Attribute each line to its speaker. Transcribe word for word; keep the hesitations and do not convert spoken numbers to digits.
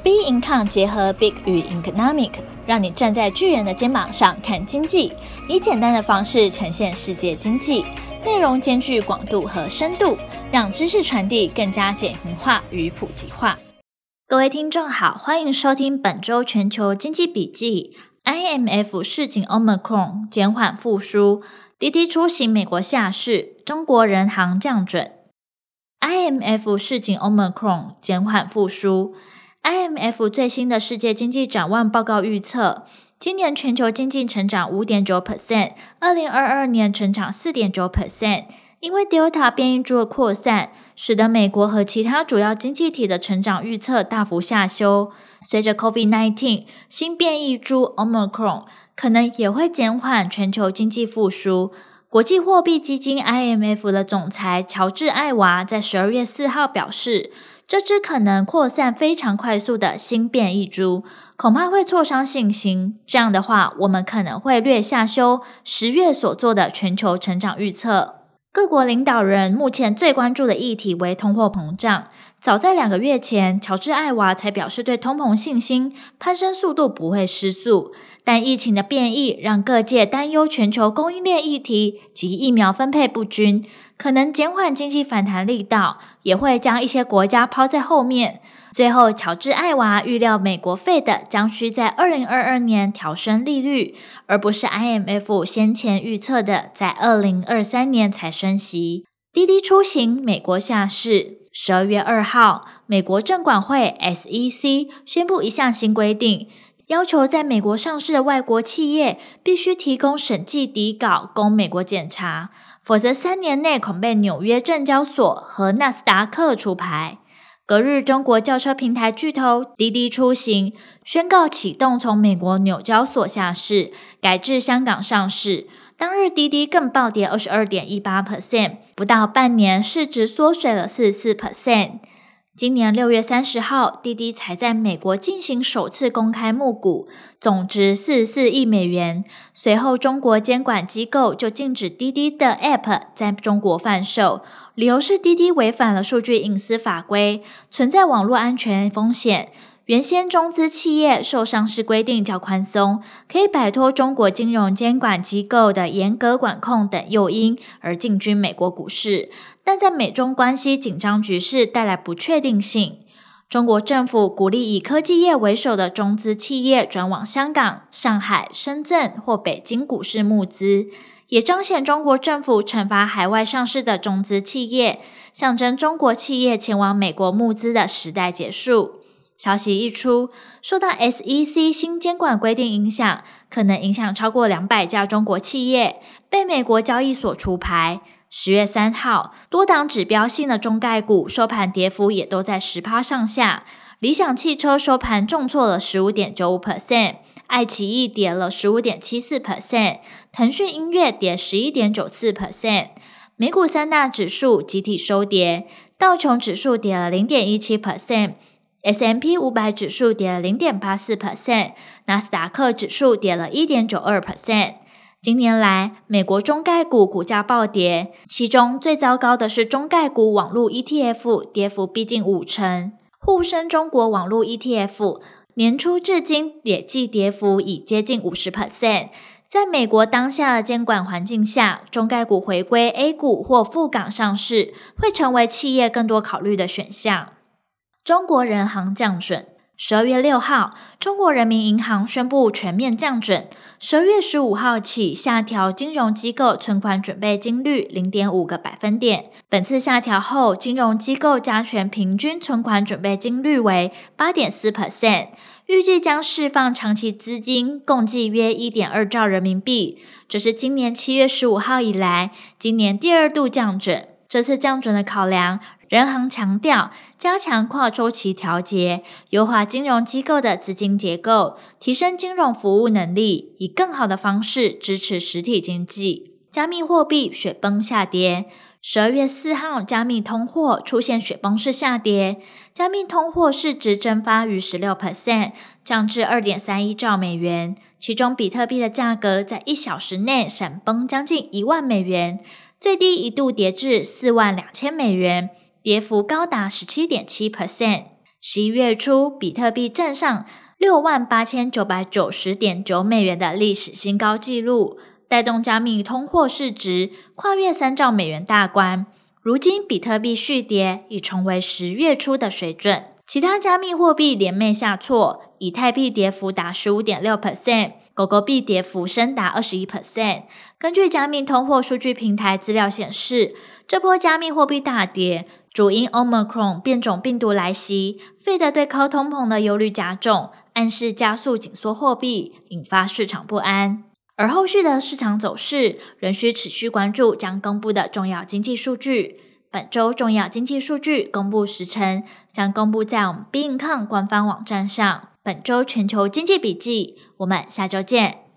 Speaker 1: B Income 结合 Big 与 Economic， 让你站在巨人的肩膀上看经济，以简单的方式呈现世界经济，内容兼具广度和深度，让知识传递更加简明化与普及化。各位听众好，欢迎收听本周全球经济笔记。I M F 市井 Omicron 减缓复苏，滴滴出行美国下市，中国人行降准。I M F 市井 Omicron 减缓复苏。I M F 最新的世界经济展望报告预测，今年全球经济成长 百分之五点九， 二零二二年成长 百分之四点九。 因为 Delta 变异株的扩散，使得美国和其他主要经济体的成长预测大幅下修。随着 COVID 十九 新变异株 Omicron 可能也会减缓全球经济复苏。国际货币基金 I M F 的总裁乔治·艾娃在十二月四号表示，这只可能扩散非常快速的新变异株，恐怕会挫伤信心。这样的话，我们可能会略下修十月所做的全球成长预测。各国领导人目前最关注的议题为通货膨胀。早在两个月前，乔治·艾娃才表示对通膨信心攀升速度不会失速，但疫情的变异让各界担忧全球供应链议题及疫苗分配不均，可能减缓经济反弹力道，也会将一些国家抛在后面。最后，乔治·艾娃预料美国 Fed 将需在二零二二年调升利率，而不是 I M F 先前预测的在二零二三年才升息。滴滴出行美国下市。十二月二号，美国证管会 S E C 宣布一项新规定，要求在美国上市的外国企业必须提供审计底稿供美国检查，否则三年内恐被纽约证交所和纳斯达克除牌。隔日，中国轿车平台巨头滴滴出行宣告启动从美国纽交所下市，改至香港上市。当日滴滴更暴跌 百分之二十二点一八， 不到半年市值缩水了 百分之四十四。今年六月三十号，滴滴才在美国进行首次公开募股，总值四十四亿美元。随后，中国监管机构就禁止滴滴的 App 在中国贩售，理由是滴滴违反了数据隐私法规，存在网络安全风险。原先中资企业受上市规定较宽松，可以摆脱中国金融监管机构的严格管控等诱因而进军美国股市，但在美中关系紧张局势带来不确定性。中国政府鼓励以科技业为首的中资企业转往香港、上海、深圳或北京股市募资，也彰显中国政府惩罚海外上市的中资企业，象征中国企业前往美国募资的时代结束。消息一出，受到 S E C 新监管规定影响，可能影响超过两百家中国企业被美国交易所除牌。十月三号，多档指标性的中概股收盘跌幅也都在 百分之十 上下。理想汽车收盘重挫了 百分之十五点九五， 爱奇艺跌了 百分之十五点七四， 腾讯音乐跌 百分之十一点九四。美股三大指数集体收跌，道琼指数跌了 零点一七，S and P 五百 指数跌了 零点八四， 纳斯达克指数跌了 一点九二。 今年来，美国中概股股价暴跌，其中最糟糕的是中概股网络 E T F， 跌幅逼近五成。沪深中国网络 E T F 年初至今累计跌幅已接近 百分之五十。 在美国当下的监管环境下，中概股回归 A 股或赴港上市，会成为企业更多考虑的选项。中国人行降准。十二月六号，中国人民银行宣布全面降准，十二月十五号起下调金融机构存款准备金率 零点五个百分点。本次下调后，金融机构加权平均存款准备金率为 八点四， 预计将释放长期资金共计约 一点二兆人民币。这是今年七月十五号以来，今年第二度降准。这次降准的考量，人行强调加强跨周期调节，优化金融机构的资金结构，提升金融服务能力，以更好的方式支持实体经济。加密货币雪崩下跌。十二月四号，加密通货出现雪崩式下跌，加密通货市值蒸发逾 百分之十六， 降至 二点三一兆美元，其中比特币的价格在一小时内闪崩将近一万美元，最低一度跌至四万两千美元，跌幅高达 百分之十七点七。 十一月初，比特币站上六万八千九百九十点九美元的历史新高纪录，带动加密通货市值跨越三兆美元大关。如今比特币续跌，已重回十月初的水准。其他加密货币连袂下挫，以太币跌幅达 百分之十五点六， 狗狗币跌幅深达 百分之二十一。 根据加密通货数据平台资料显示，这波加密货币大跌主因 Omicron 变种病毒来袭，Fed对高通膨的忧虑加重，暗示加速紧缩货币，引发市场不安。而后续的市场走势仍需持续关注将公布的重要经济数据。本周重要经济数据公布时程将公布在我们 B Income 官方网站上。本周全球经济笔记，我们下周见。